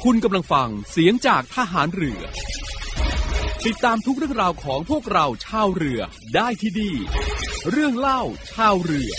คุณกำลังฟังเสียงจากทหารเรือติดตามทุกเรื่องราวของพวกเราชาวเรือได้ที่นี่เรื่องเล่าชาวเรือ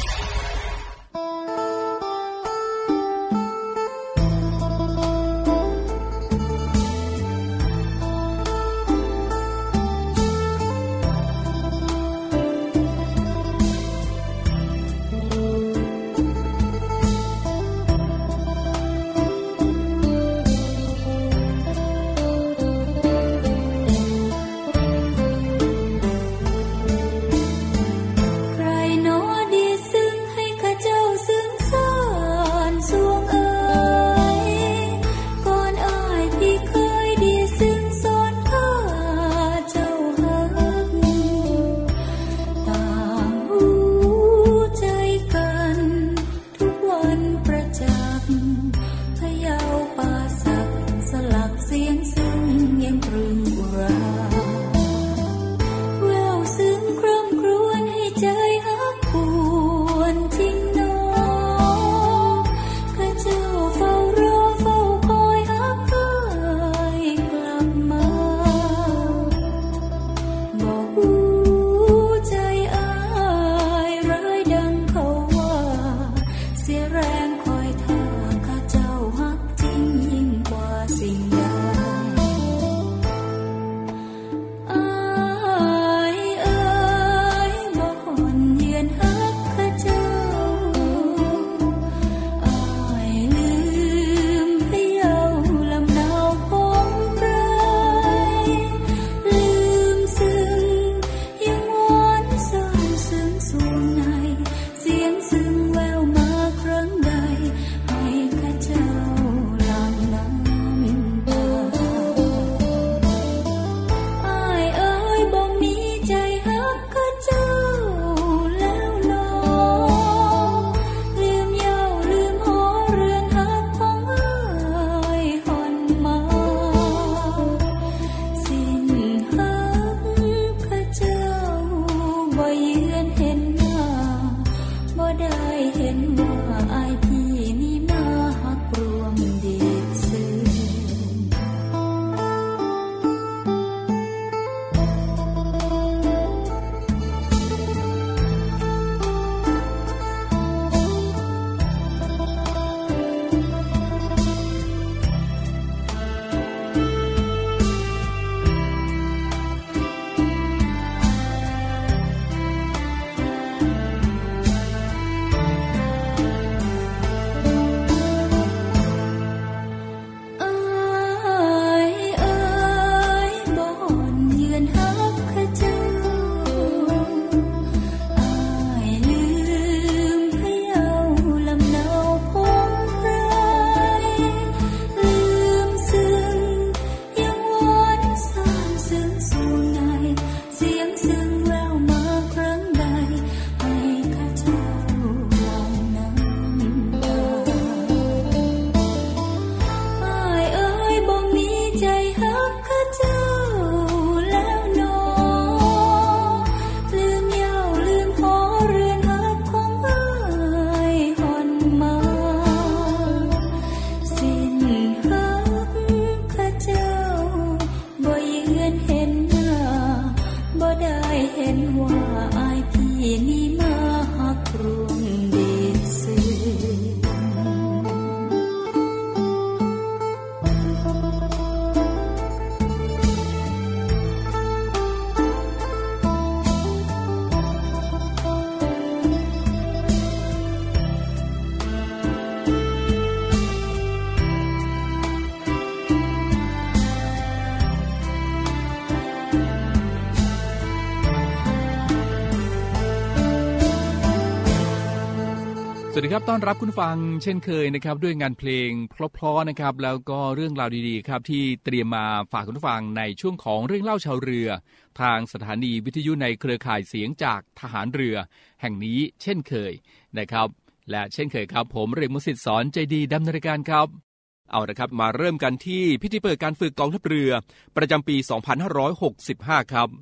สวัสดีครับต้อนรับคุณฟังเช่นเคยนะครับด้วยงานเพลงเพราะๆนะครับแล้วก็เรื่องราวดีๆครับที่เตรียมมาฝากคุณฟังในช่วงของเรื่องเล่าชาวเรือทางสถานีวิทยุในเครือข่ายเสียงจากทหารเรือแห่งนี้เช่นเคยนะครับและเช่นเคยครับผมเรกมุสิตสอนใจดีดำเนินรายการครับเอาละครับมาเริ่มกันที่พิธีเปิดการฝึกกองทัพเรือประจำปี 2565 ครับ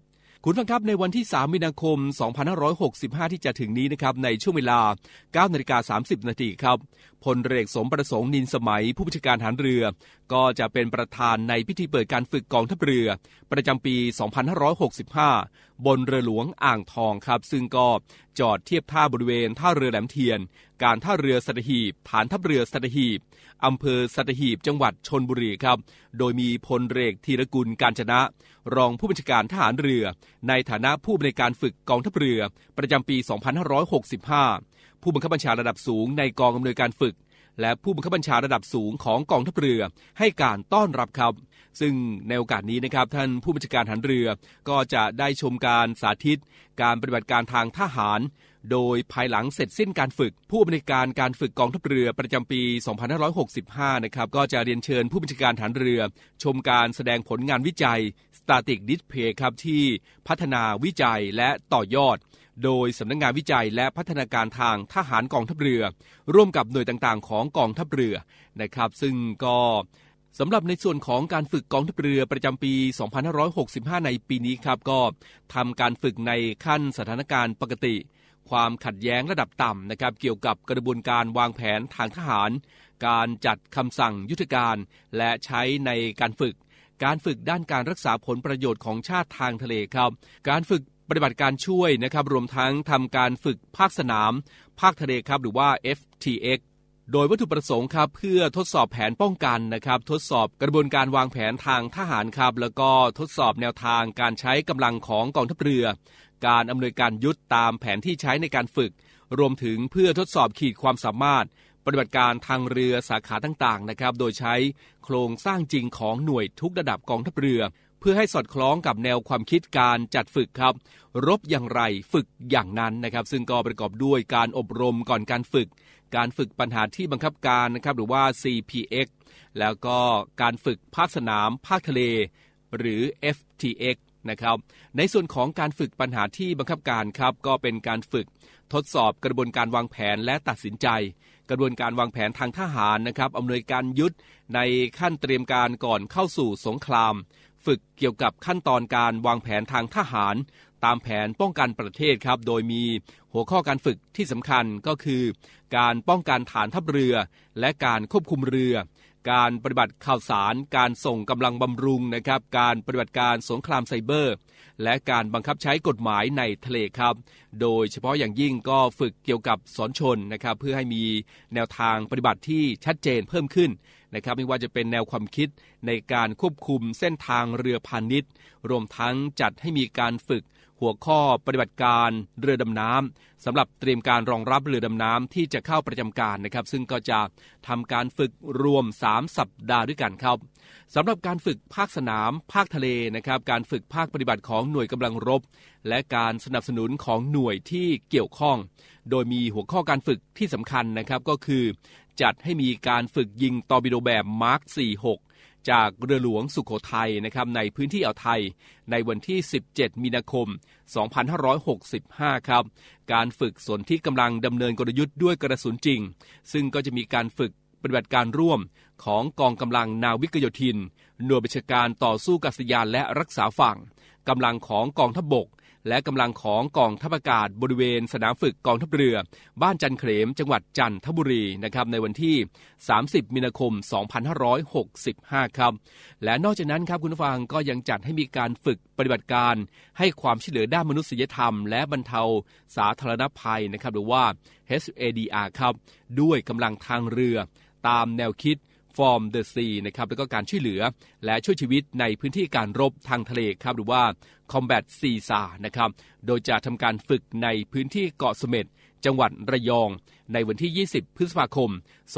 คุณฟังครับในวันที่3มีนาคม2565ที่จะถึงนี้นะครับในช่วงเวลา 9:30 น.ครับพลเรือสมประสงค์นินสมัยผู้บัญชาการทหารเรือก็จะเป็นประธานในพิธีเปิดการฝึกกองทัพเรือประจำปี2565บนเรือหลวงอ่างทองครับซึ่งก็จอดเทียบท่าบริเวณท่าเรือแหลมเทียนการท่าเรือสัตหีบฐานทัพเรือสัตหีบอำเภอสัตหีบจังหวัดชลบุรีครับโดยมีพลเรือธีรกุลกาญจนะรองผู้บัญชาการทหารเรือในฐานะผู้บริการฝึกกองทัพเรือประจำปี2565ผู้บังคับบัญชาระดับสูงในกองอำนวยการฝึกและผู้บังคับบัญชาระดับสูงของกองทัพเรือให้การต้อนรับครับซึ่งในโอกาสนี้นะครับท่านผู้บัญชาการทหารเรือก็จะได้ชมการสาธิตการปฏิบัติการทางทหารโดยภายหลังเสร็จสิ้นการฝึกผู้อำนวยการการฝึกกองทัพเรือประจำปี2565นะครับก็จะเรียนเชิญผู้บัญชาการทหารเรือชมการแสดงผลงานวิจัย Static Display ครับที่พัฒนาวิจัยและต่อยอดโดยสำนักงานวิจัยและพัฒนาการทางทหารกองทัพเรือร่วมกับหน่วยต่างๆของกองทัพเรือนะครับซึ่งก็สำหรับในส่วนของการฝึกกองทัพเรือประจำปี2565ในปีนี้ครับก็ทำการฝึกในขั้นสถานการณ์ปกติความขัดแย้งระดับต่ำนะครับเกี่ยวกับกระบวนการวางแผนทางทหารการจัดคำสั่งยุทธการและใช้ในการฝึกด้านการรักษาผลประโยชน์ของชาติทางทะเลครับการฝึกปฏิบัติการช่วยนะครับรวมทั้งทำการฝึกภาคสนามภาคทะเลครับหรือว่า FTX โดยวัตถุประสงค์ครับเพื่อทดสอบแผนป้องกันนะครับทดสอบกระบวนการวางแผนทางทหารครับแล้วก็ทดสอบแนวทางการใช้กำลังของกองทัพเรือการอำนวยการยุทธตามแผนที่ใช้ในการฝึกรวมถึงเพื่อทดสอบขีดความสามารถปฏิบัติการทางเรือสาขาต่างๆนะครับโดยใช้โครงสร้างจริงของหน่วยทุกระดับกองทัพเรือเพื่อให้สอดคล้องกับแนวความคิดการจัดฝึกครับรบอย่างไรฝึกอย่างนั้นนะครับซึ่งก็ประกอบด้วยการอบรมก่อนการฝึกปัญหาที่บังคับการนะครับหรือว่า CPX แล้วก็การฝึกภาคสนามภาคทะเลหรือ FTX นะครับในส่วนของการฝึกปัญหาที่บังคับการครับก็เป็นการฝึกทดสอบกระบวนการวางแผนและตัดสินใจกระบวนการวางแผนทางทหารนะครับอำนวยการยุทธในขั้นเตรียมการก่อนเข้าสู่สงครามฝึกเกี่ยวกับขั้นตอนการวางแผนทางทหารตามแผนป้องกันประเทศครับโดยมีหัวข้อการฝึกที่สำคัญก็คือการป้องกันฐานทัพเรือและการควบคุมเรือการปฏิบัติข่าวสารการส่งกำลังบำรุงนะครับการปฏิบัติการสงครามไซเบอร์และการบังคับใช้กฎหมายในทะเลครับโดยเฉพาะอย่างยิ่งก็ฝึกเกี่ยวกับสอนชนนะครับเพื่อให้มีแนวทางปฏิบัติที่ชัดเจนเพิ่มขึ้นนะครับไม่ว่าจะเป็นแนวความคิดในการควบคุมเส้นทางเรือพาณิชย์รวมทั้งจัดให้มีการฝึกหัวข้อปฏิบัติการเรือดำน้ำสำหรับเตรียมการรองรับเรือดำน้ำที่จะเข้าประจำการนะครับซึ่งก็จะทำการฝึกรวม3สัปดาห์ด้วยกันครับสำหรับการฝึกภาคสนามภาคทะเลนะครับการฝึกภาคปฏิบัติของหน่วยกำลังรบและการสนับสนุนของหน่วยที่เกี่ยวข้องโดยมีหัวข้อการฝึกที่สำคัญนะครับก็คือจัดให้มีการฝึกยิงตอร์ปิโดแบบมาร์ค 46จากเรือหลวงสุโขทัยนะครับในพื้นที่อ่าวไทยในวันที่17มีนาคม2565ครับการฝึกสนที่กำลังดำเนินกลยุทธ์ด้วยกระสุนจริงซึ่งก็จะมีการฝึกปฏิบัติการร่วมของกองกำลังนาวิกโยธินหน่วยบัญชาการต่อสู้กัษยานและรักษาฝั่งกำลังของกองทัพบกและกำลังของกองทัพอากาศบริเวณสนามฝึกกองทัพเรือบ้านจันเขมจังหวัดจันทบุรีนะครับในวันที่30มีนาคม2565ครับและนอกจากนั้นครับคุณผู้ฟังก็ยังจัดให้มีการฝึกปฏิบัติการให้ความช่วยเหลือด้านมนุษยธรรมและบรรเทาสาธารณภัยนะครับหรือว่า HADR ครับด้วยกำลังทางเรือตามแนวคิดFrom the Sea นะครับแล้วก็การช่วยเหลือและช่วยชีวิตในพื้นที่การรบทางทะเลครับหรือว่า Combat CSAR นะครับโดยจะทำการฝึกในพื้นที่เกาะเสม็ดจังหวัดระยองในวันที่20พฤษภาคม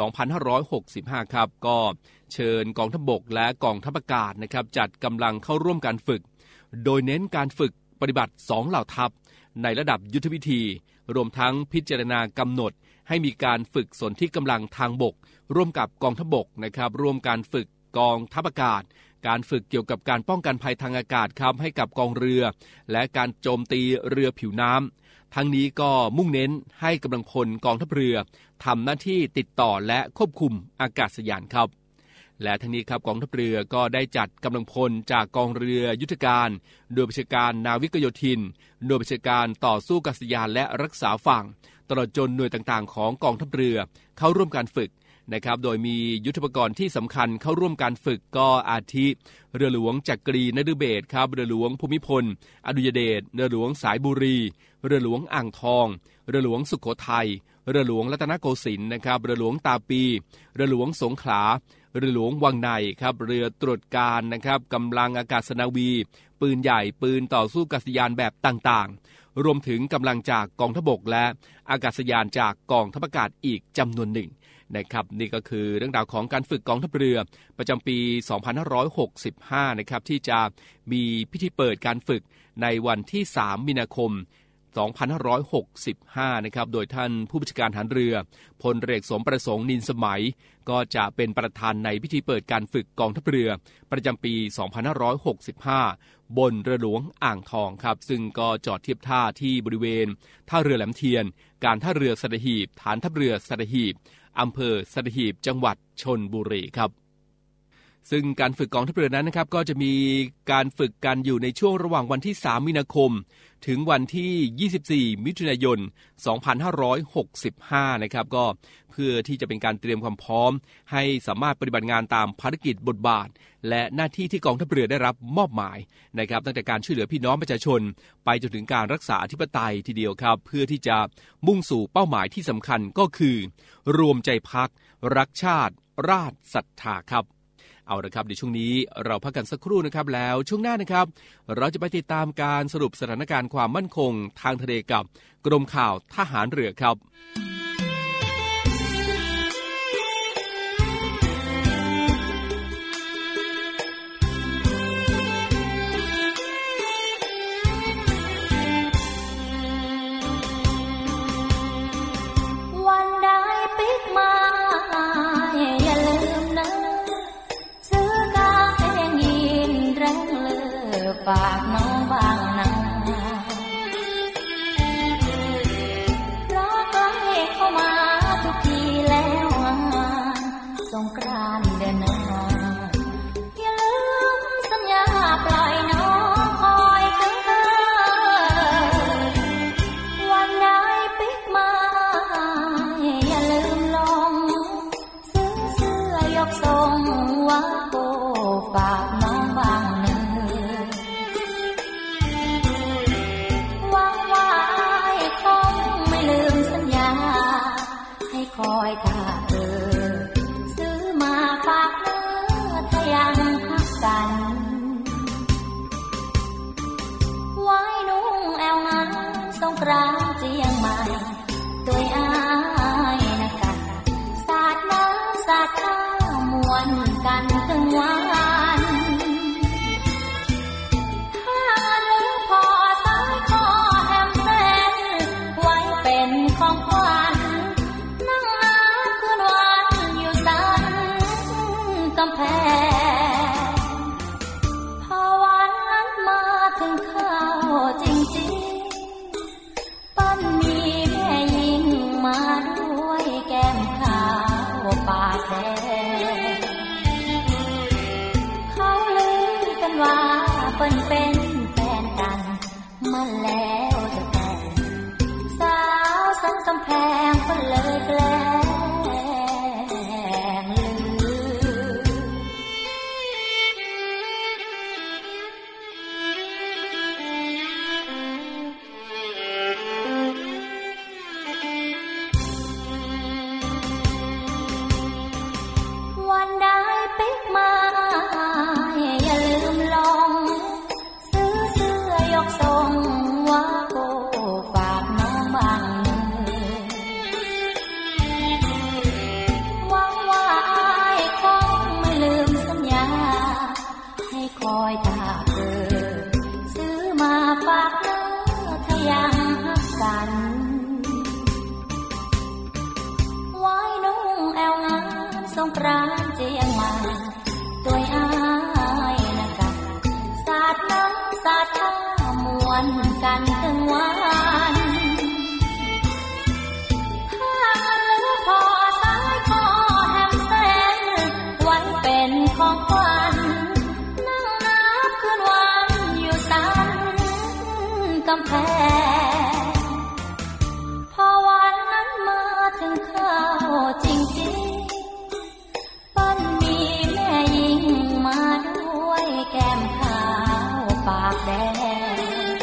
2565ครับก็เชิญกองทัพบกและกองทัพอากาศนะครับจัดกำลังเข้าร่วมการฝึกโดยเน้นการฝึกปฏิบัติ2เหล่าทัพในระดับยุทธวิธีรวมทั้งพิจารณากำหนดให้มีการฝึกสนที่กำลังทางบกร่วมกับกองทัพบกนะครับร่วมการฝึกกองทัพอากาศการฝึกเกี่ยวกับการป้องกันภัยทางอากาศครับให้กับกองเรือและการโจมตีเรือผิวน้ำทั้งนี้ก็มุ่งเน้นให้กำลังพลกองทัพเรือทำหน้าที่ติดต่อและควบคุมอากาศยานครับและทั้งนี้ครับกองทัพเรือก็ได้จัดกำลังพลจากกองเรือยุทธการหน่วยบัญชาการนาวิกโยธินหน่วยบัญชาการต่อสู้อากาศยานและรักษาฝั่งตลอดจนหน่วยต่างๆของกองทัพเรือเข้าร่วมการฝึกนะครับโดยมียุทโธปกรณ์ที่สำคัญเข้าร่วมการฝึกก็อาทิเรือหลวงจักรีนฤเบศรครับเรือหลวงภูมิพลอดุลยเดชเรือหลวงสายบุรีเรือหลวงอ่างทองเรือหลวงสุโขทัยเรือหลวงรัตนโกสินทร์นะครับเรือหลวงตาปีเรือหลวงสงขลาเรือหลวงวังในครับเรือตรวจการนะครับกำลังอากาศนาวีปืนใหญ่ปืนต่อสู้อากาศยานแบบต่างๆรวมถึงกำลังจากกองทัพบกและอากาศยานจากกองทัพอากาศอีกจำนวนหนึ่งนะครับนี่ก็คือเรื่องราวของการฝึกกองทัพเรือประจำปี 2565 นะครับที่จะมีพิธีเปิดการฝึกในวันที่ 3 มีนาคม 2565 นะครับโดยท่านผู้บัญชาการทหารเรือพลเรือสมประสงค์นินสมัยก็จะเป็นประธานในพิธีเปิดการฝึกกองทัพเรือประจำปี 2565 บนเรือหลวงอ่างทองครับซึ่งก็จอดเทียบท่าที่บริเวณท่าเรือแหลมเทียนการท่าเรือสัตหีบฐานทัพเรือสัตหีบอำเภอสัตหีบจังหวัดชลบุรีครับซึ่งการฝึกกองทัพเรือนั้นนะครับก็จะมีการฝึกกันอยู่ในช่วงระหว่างวันที่ 3 มีนาคมถึงวันที่ 24 มิถุนายน 2565 นะครับก็เพื่อที่จะเป็นการเตรียมความพร้อมให้สามารถปฏิบัติงานตามภารกิจบทบาทและหน้าที่ที่กองทัพเรือได้รับมอบหมายนะครับตั้งแต่การช่วยเหลือพี่น้องประชาชนไปจนถึงการรักษาอธิปไตยทีเดียวครับเพื่อที่จะมุ่งสู่เป้าหมายที่สำคัญก็คือรวมใจพักรักชาติราชศรัทธาครับเอาละครับเดี๋ยวช่วงนี้เราพักกันสักครู่นะครับแล้วช่วงหน้านะครับเราจะไปติดตามการสรุปสถานการณ์ความมั่นคงทางทะเลกับกรมข่าวทหารเรือครับวันใดปิกมาอย่าลืมนะซื้อกาแฟยินแรงเลือฝากน้องบางนาเพราะใกล้เข้ามาทุกทีแล้วสงกรานต์เดือนหน้าอย่าลืมสัญญาปล่อยน้องคอยกันวันใดปิกมาอย่าลืมลงซื้อเสื้อยกทรงว่าโบฝากน้องบางเนื้อหวังว่าคงไม่ลืมสัญญาให้คอยท่าซื้อมาฝากเนื้อถ้ายังรักกันไว้นุ่งแอวงานสงกรานต์เจียงใหม่ตัวอายนะกันสาดน้ำสาดข้ามวนกันถึงวันถ้าเหลือพอสายคอแฮมเส้นไว้เป็นของขวัญนั่งนับคืนวันอยู่สันกำแพงพอวันนั้นมาถึงเข้าจริงๆปั้นมีแม่ยิงมาด้วยแก้มขาวปากแดงเขาลือกันว่าเปิ้นเป็นแฟนกันมาแล้วจะแต่งสาวสันกำแพงเปิ้นเลยแกล้งลือวันใดปิกมาอย่าลืมลงซื้อเสื้อยกทรงว่าโบฝากน้องบางเนื้อหวังว่าคงไม่ลืมสัญญาให้คอยท่าซื้อมาฝากเนื้อถ้ายังรักกันไว้นุ่งแอวงานสงกรานต์เจียงใหม่ตัวอายนะกันสาดน้ำสาดข้ามวนกันถึงวันถ้าเหลือพอสายคอแฮมเส้นไว้เป็นำแพงพอวันนั้นมาถึงเข้าจริงๆปั้นมีแม่หญิงมาด้วยแก้มขาวปากแดง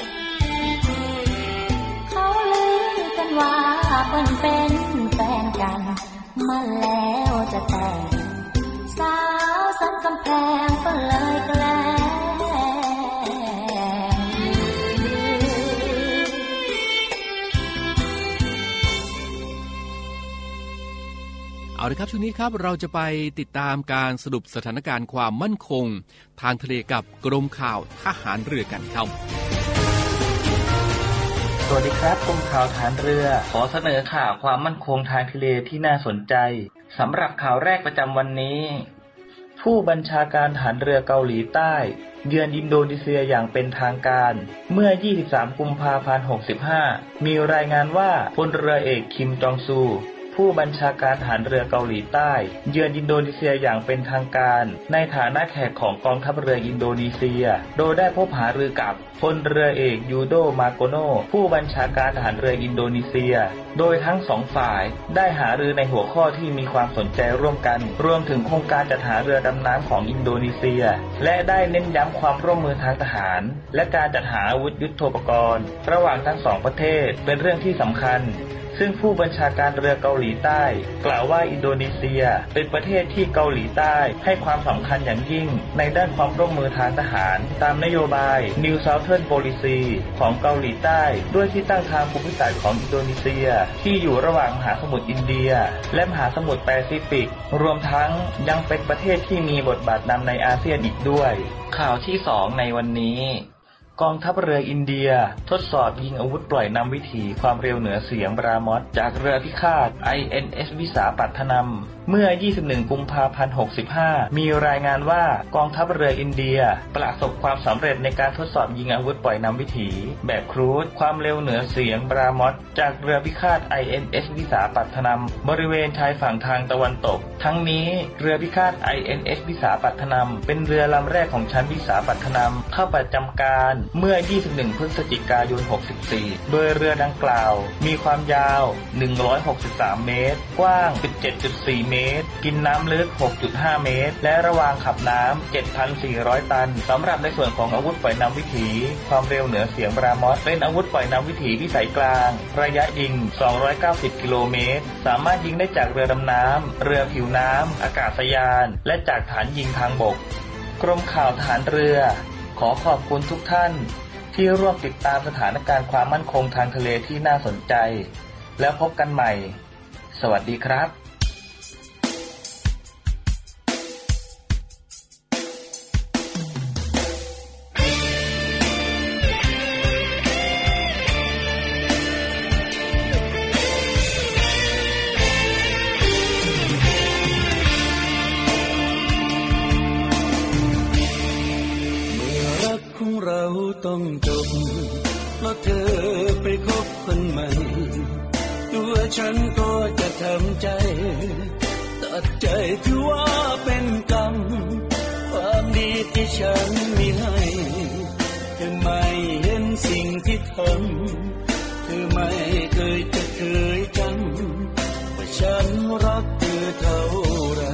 เขาลือกันว่าเพิ่นเป็นแฟนกันมาแล้วจะแต่งสาวสันกำแพงก็เลยแกล้งเอาละครับช่วงนี้ครับเราจะไปติดตามการสรุปสถานการณ์ความมั่นคงทางทะเลกับกรมข่าวทหารเรือกันครับสวัสดีครับกรมข่าวทหารเรือขอเสนอข่าวความมั่นคงทางทะเลที่น่าสนใจสำหรับข่าวแรกประจำวันนี้ผู้บัญชาการทหารเรือเกาหลีใต้เยือนอินโดนีเซียอย่างเป็นทางการเมื่อ 23 กุมภาพันธ์ 65 มีรายงานว่าพลเรือเอกคิมจองซูผู้บัญชาการทหารเรือเกาหลีใต้เยือนอินโดนีเซียอย่างเป็นทางการในฐานะแขกของกองทัพเรืออินโดนีเซียโดยได้พบหารือกับพลเรือเอกยูโดมาโกโนผู้บัญชาการทหารเรืออินโดนีเซียโดยทั้งสองฝ่ายได้หารือในหัวข้อที่มีความสนใจร่วมกันรวมถึงโครงการจัดหาเรือดำน้ำของอินโดนีเซียและได้เน้นย้ำความร่วมมือทางทหารและการจัดหาอาวุธยุทโธปกรณ์ระหว่างทั้งสองประเทศเป็นเรื่องที่สำคัญซึ่งผู้บัญชาการเรือเกาหลีใต้กล่าวว่าอินโดนีเซียเป็นประเทศที่เกาหลีใต้ให้ความสำคัญอย่างยิ่งในด้านความร่วมมือทางทหารตามนโยบาย New Southern Policy ของเกาหลีใต้ด้วยที่ตั้งทางภูมิศาสตร์ของอินโดนีเซียที่อยู่ระหว่างมหาสมุทรอินเดียและมหาสมุทรแปซิฟิกรวมทั้งยังเป็นประเทศที่มีบทบาทนำในอาเซียนอีกด้วยข่าวที่2ในวันนี้กองทัพเรืออินเดียทดสอบยิงอาวุธปล่อยนำวิถีความเร็วเหนือเสียงบรามอสจากเรือพิฆาต INS วิสาปัตถนำเมื่อ 21 กุมภาพันธ์ 65 มีรายงานว่ากองทัพเรืออินเดียประสบความสำเร็จในการทดสอบยิงอาวุธปล่อยนำวิถีแบบครูซความเร็วเหนือเสียงบรามอสจากเรือพิฆาต INS วิสาปัตถนำบริเวณชายฝั่งทางตะวันตกทั้งนี้เรือพิฆาต INS วิสาปัตถนำเป็นเรือลำแรกของชั้นวิสาปัตถนำเข้าประจำการเมื่อ 21 พฤศจิกายน 64 โดยเรือดังกล่าวมีความยาว 163 เมตรกว้าง 17.4 เมตรกินน้ำลึก 6.5 เมตรและระวางขับน้ำ 7,400 ตันสำหรับในส่วนของอาวุธปล่อยนำวิถีความเร็วเหนือเสียงบรามอสเป็นอาวุธปล่อยนำวิถีพิสัยกลางระยะยิง 290 กิโลเมตรสามารถยิงได้จากเรือดำน้ำเรือผิวน้ำอากาศยานและจากฐานยิงทางบกกรมข่าวทหารเรือขอขอบคุณทุกท่านที่ร่วมติดตามสถานการณ์ความมั่นคงทางทะเลที่น่าสนใจแล้วพบกันใหม่สวัสดีครับเราต้องจบเพราะเธอไปคบคนใหม่ตัวฉันก็จะทำใจตัดใจถือว่าเป็นกรรมความดีที่ฉันมีให้เธอไม่เห็นสิ่งที่ทำเธอไม่เคยจำว่าฉันรักเธอเท่าไร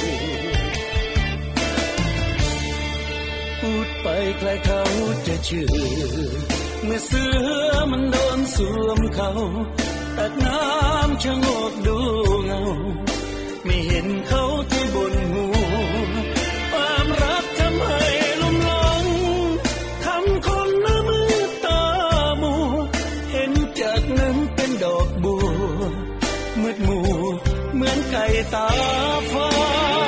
พูดไปใครเขาจะเชื่อเมื่อเสือมันโดนสวมเขาตักน้ำชะโงกดูเงาไม่เห็นเขาที่บนหัวความรักทำให้ลุ่มหลงทำคนหน้ามืดตามัวเห็นจากนั้นเป็นดอกบัวมืดมัวเหมือนไก่ตาฟ้า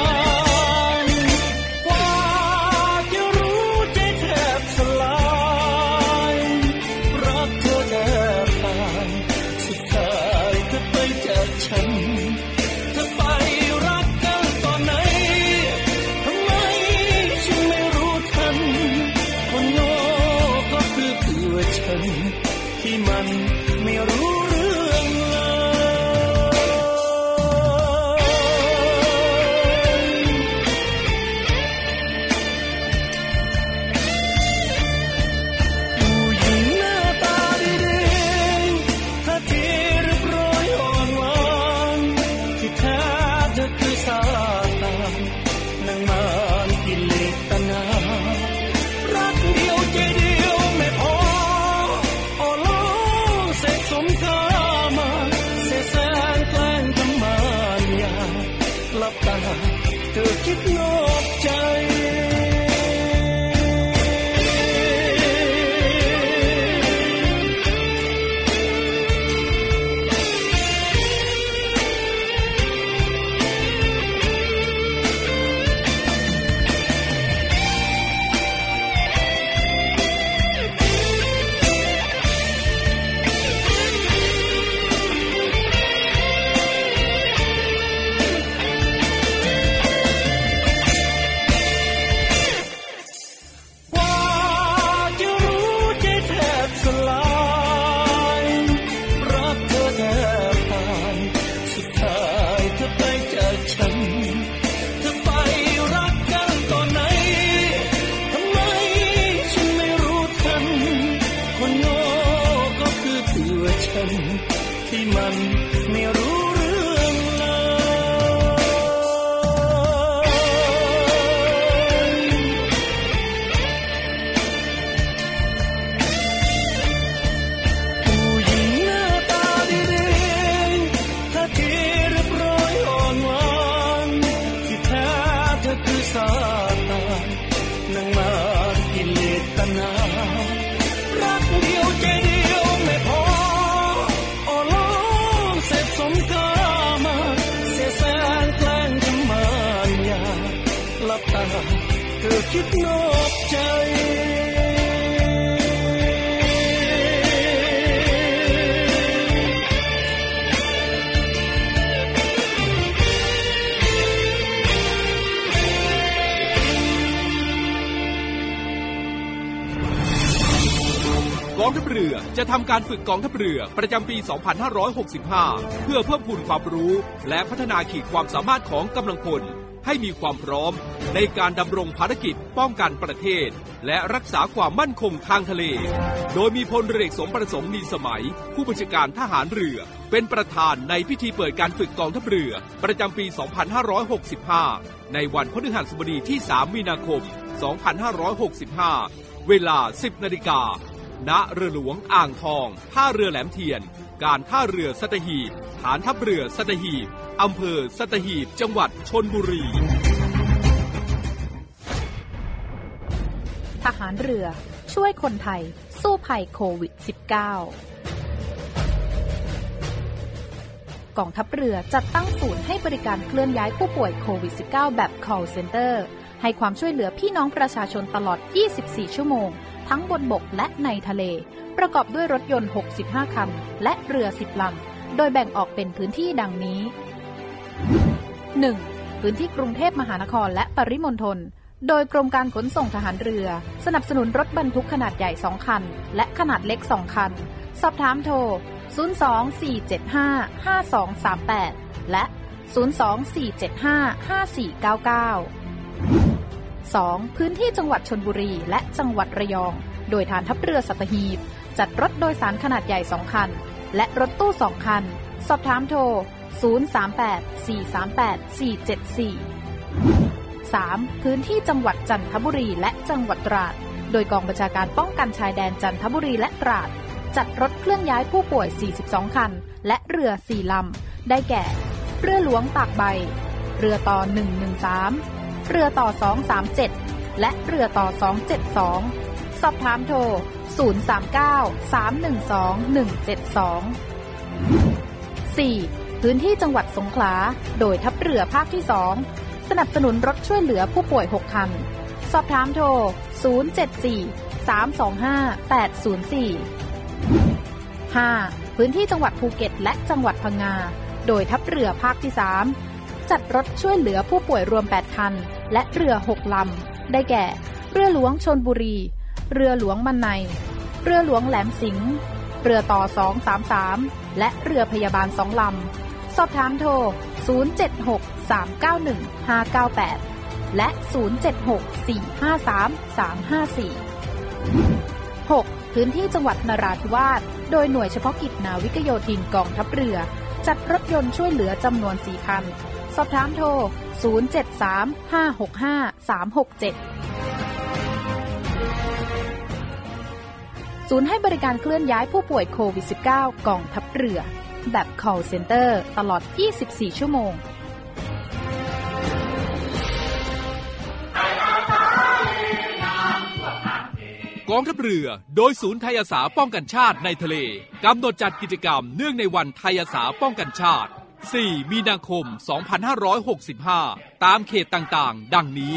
ที่มันไม่รู้เรื่องเลยผู้หญิงหน้าตาหลับตาเธอคิดนอกใจที่มันไม่รู้เรื่องเลยผู้หญิงหน้าตาดีๆท่าทีเรียบร้อยอ่อนหวานที่แท้เธอคือซาตานนางมารกิเลสตัณหารักเดียวใจเดียวไม่พอสมกามาเสียแสงแกล้งทำมารยาหลับตาเธอคิดนอกใจกองทัพเรือจะทำการฝึกกองทัพเรือประจำปี 2565 เพื่อเพิ่มพูนความรู้และพัฒนาขีดความสามารถของกำลังพลให้มีความพร้อมในการดำรงภารกิจป้องกันประเทศและรักษาความมั่นคงทางทะเลโดยมีพลเรือเอกสมประสงค์นินสมัยผู้บัญชาการทหารเรือเป็นประธานในพิธีเปิดการฝึกกองทัพเรือประจำปี 2565 ในวันพฤหัสบดีที่ 3 มีนาคม 2565 เวลา 10 นาฬิกาณเรือหลวงอ่างทองท่าเรือแหลมเทียนการท่าเรือสัตหีบฐานทัพเรือสัตหีบอำเภอสัตหีบจังหวัดชลบุรีทหารเรือช่วยคนไทยสู้ภัยโควิด -19 กองทัพเรือจัดตั้งศูนย์ให้บริการเคลื่อนย้ายผู้ป่วยโควิด -19 แบบ call center ให้ความช่วยเหลือพี่น้องประชาชนตลอด 24 ชั่วโมงทั้งบนบกและในทะเลประกอบด้วยรถยนต์ 65 คันและเรือ 10 ลำโดยแบ่งออกเป็นพื้นที่ดังนี้ 1. พื้นที่กรุงเทพมหานครและปริมณฑลโดยกรมการขนส่งทหารเรือสนับสนุนรถบรรทุกขนาดใหญ่ 2 คันและขนาดเล็ก 2 คันสอบถามโทร 024755238 และ 024755499 2. พื้นที่จังหวัดชลบุรีและจังหวัดระยองโดยฐานทัพเรือสัตหีบจัดรถโดยสารขนาดใหญ่ 2 คันและรถตู้ 2 คันสอบถามโทร 038-438-474 3. พื้นที่จังหวัดจันทบุรีและจังหวัดตราดโดยกองบัญชาการป้องกันชายแดนจันทบุรีและตราดจัดรถเคลื่อนย้ายผู้ป่วย 42 คันและเรือ 4 ลำได้แก่เรือหลวงตากใบเรือต่อ 113เรือต่อ 237และเรือต่อ 272สอบถามโทร 039-312-172 4. พื้นที่จังหวัดสงขลาโดยทัพเรือภาคที่ 2สนับสนุนรถช่วยเหลือผู้ป่วย 6 คันสอบถามโทร 074-325-804 5. พื้นที่จังหวัดภูเก็ตและจังหวัดพังงาโดยทัพเรือภาคที่ 3จัดรถช่วยเหลือผู้ป่วยรวม 8 คันและเรือ 6 ลำได้แก่เรือหลวงชลบุรีเรือหลวงมันในเรือหลวงแหลมสิงห์เรือต่อ 233และเรือพยาบาล 2 ลำสอบถามโทร 076-391-598 และ 076-453-354 6. พื้นที่จังหวัดนราธิวาสโดยหน่วยเฉพาะกิจนาวิกโยธินกองทัพเรือจัดรถยนต์ช่วยเหลือจำนวน 4 คันสอบถามโทร 073-565-367 ศูนย์ให้บริการเคลื่อนย้ายผู้ป่วยโควิด -19 กองทัพเรือแบบ call center ตลอด 24 ชั่วโมงกองทัพเรือโดยศูนย์ไทยอาสาป้องกันชาติในทะเลกำหนดจัดกิจกรรมเนื่องในวันไทยอาสาป้องกันชาติ4 มีนาคม 2565 ตามเขตต่างๆดังนี้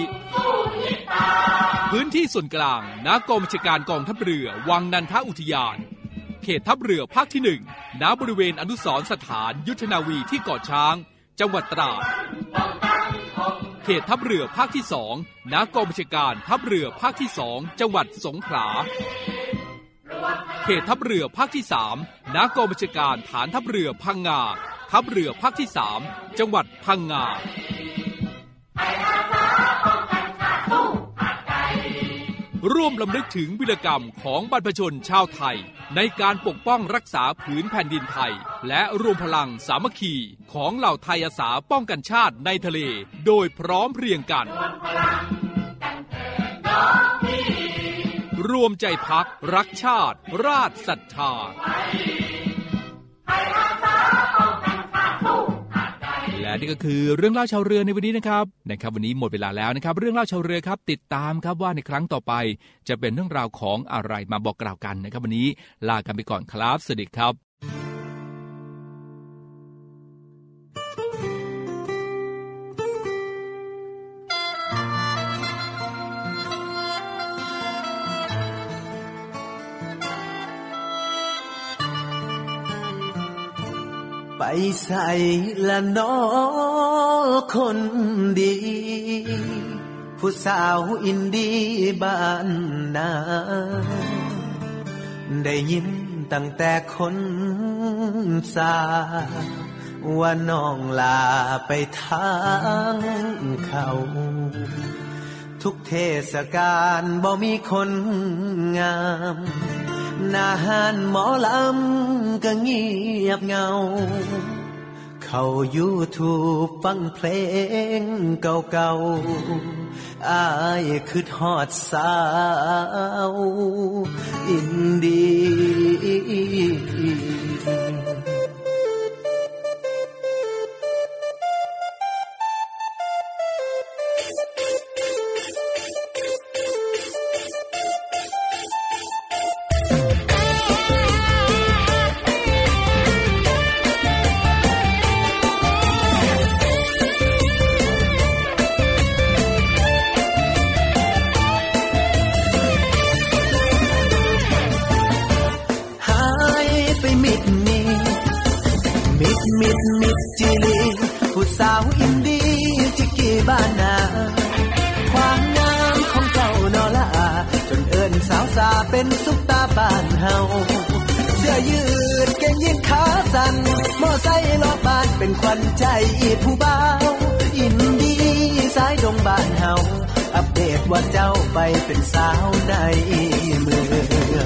พื้นที่ส่วนกลางณกองบัญชาการกองทัพเรือวังนันทอุทยานเขตทัพเรือภาคที่ 1 ณ บริเวณอนุสรณ์สถานยุทธนาวีที่เกาะช้างจังหวัดตราดเขตทัพเรือภาคที่ 2 ณ กองบัญชาการทัพเรือภาคที่ 2 จังหวัดสงขลาเขตทัพเรือภาคที่ 3 ณ กองบัญชาการฐานทัพเรือพังงาทัพเรือภาคที่ 3 จังหวัดพังงาร่วมรำลึกถึงวีรกรรมของบรรพชนชาวไทยในการปกป้องรักษาผืนแผ่นดินไทยและรวมพลังสามัคคีของเหล่าไทยอาสาป้องกันชาติในทะเลโดยพร้อมเพรียงกันรวมใจพักรักชาติราชศรัทธาและนี่ก็คือเรื่องเล่าชาวเรือในวันนี้นะครับวันนี้หมดเวลาแล้วนะครับเรื่องเล่าชาวเรือครับติดตามครับว่าในครั้งต่อไปจะเป็นเรื่องราวของอะไรมาบอกกล่าวกันนะครับวันนี้ลากันไปก่อนครับสวัสดีครับไปใส่ละน้อคนดีผู้สาวอินดีบ้านนาได้ยินตั้งแต่คนสาว่าน้องลาไปทางเขาทุกเทศกาลบ่มีคนงามหน้าห้านหมอลำก็เงียบเงาเข้า YouTube ฟังเพลงเก่าๆอ้ายคือฮอดสาวอินดีมิดจิลีผู้สาวอินดีจิกี้บ้านนาความงามของเจ้านอละจนเอิ้นสาวสาเป็นซุปตาบ้านเฮาเสื้อยืดเกงยีนขาสั้นมอไซค์ล้อบ้านเป็นขวัญใจผู้บ่าวอินดีสายดงบ้านเฮาอัปเดตว่าเจ้าไปเป็นสาวในเมือง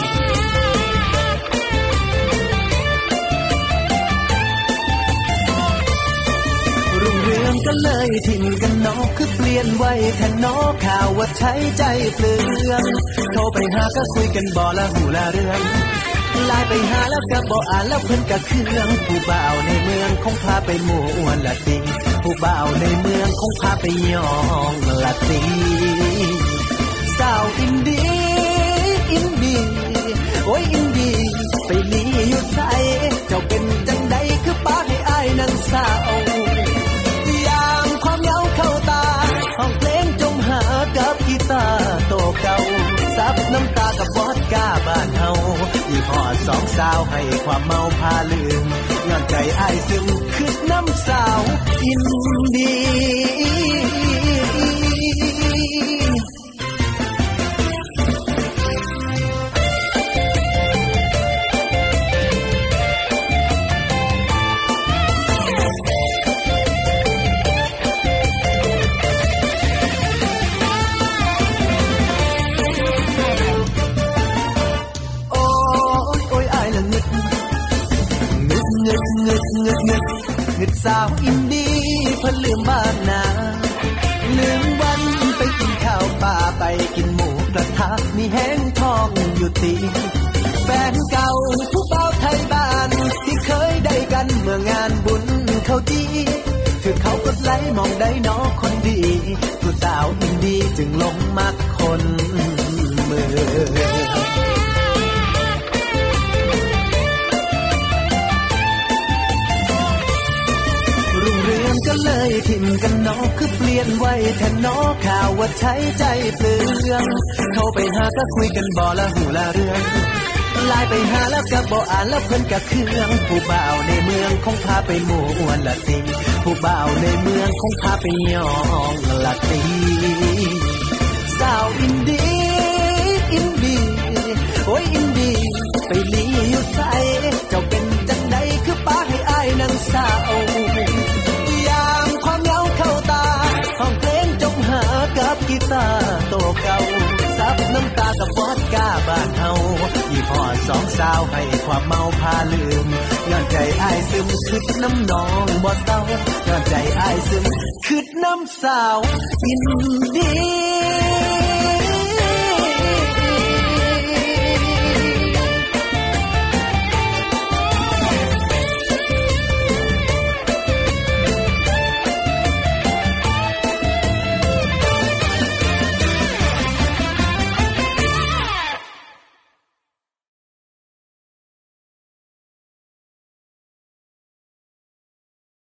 ก็เลยทิ้งกันนอกคือเปลี่ยนไว้แทนนอกข่าวว่าใช้ใจเปลืองโทรไปหาก็คุยกันบ่ละหูละเรื่องไลน์ไปหาแล้วก็บ่อ่านแล้วเพิ่นก็เครื่องผู้บ่าวในเมืองคงพาไปม่วนละติผู้บ่าวในเมืองคงพาไปย่องละติสาวอินดีอินดีโอ้ยอินดีไปลีอยู่ไสเจ้าเป็นจังใดคือป้าให้อ้ายนั่งเศร้าความเหงาเข้าตาห้องเพลงจมหากับกีตาร์โตเก่าซับน้ำตากับวอดก้าบ้านเฮาอีหอดสองสาวให้ความเมาพาลืมย้อนใจอ้ายซึมคือน้ำสาวอินดีเงึดสาวอินดีเพิ่นลืมบ้านนาลืมวันไปกินข้าวป่าไปกินหมูกระทะมีแห้งทองอยู่ตีแฟนเก่าผู้เบาไทยบ้านที่เคยได้กันเมื่องานบุญเขาจีคือเขากดไลค์มองได้น้อคนดีผู้สาวอินดีจึงลงมักคนเมืองยทิมกันนอกคือเปลี่ยนไว้แทนนอกข่าวว่าใช้ใจเปลืองเข้าไปหาก็คุยกันบ่ละหูละเรื่องไลน์ไปหาแล้วก็บ่อ่านแล้วเพิ่นก็เครื่องผู้บ่าวในเมืองคงพาไปม่วนละติผู้บ่าวในเมืองคงพาไปย่องละติสาวอินดีอินดีโอ้ยอินดีไปลีอยู่ไสเจ้าเป็นจังใดคือป้าให้อ้ายนั่งเศร้ายามความเหงาเข้าตาห้องเพลงจงหากับกีตาร์โตเก่าซับน้ำตากับวอดก้าบ้านเฮายี่ห้อสองสาวให้ความเมาพาลืมย้อนใจอ้ายซึมคิดน้ำนองบ่เศร้าย้อนใจอ้ายซึมคิดน้ำสาวอินดี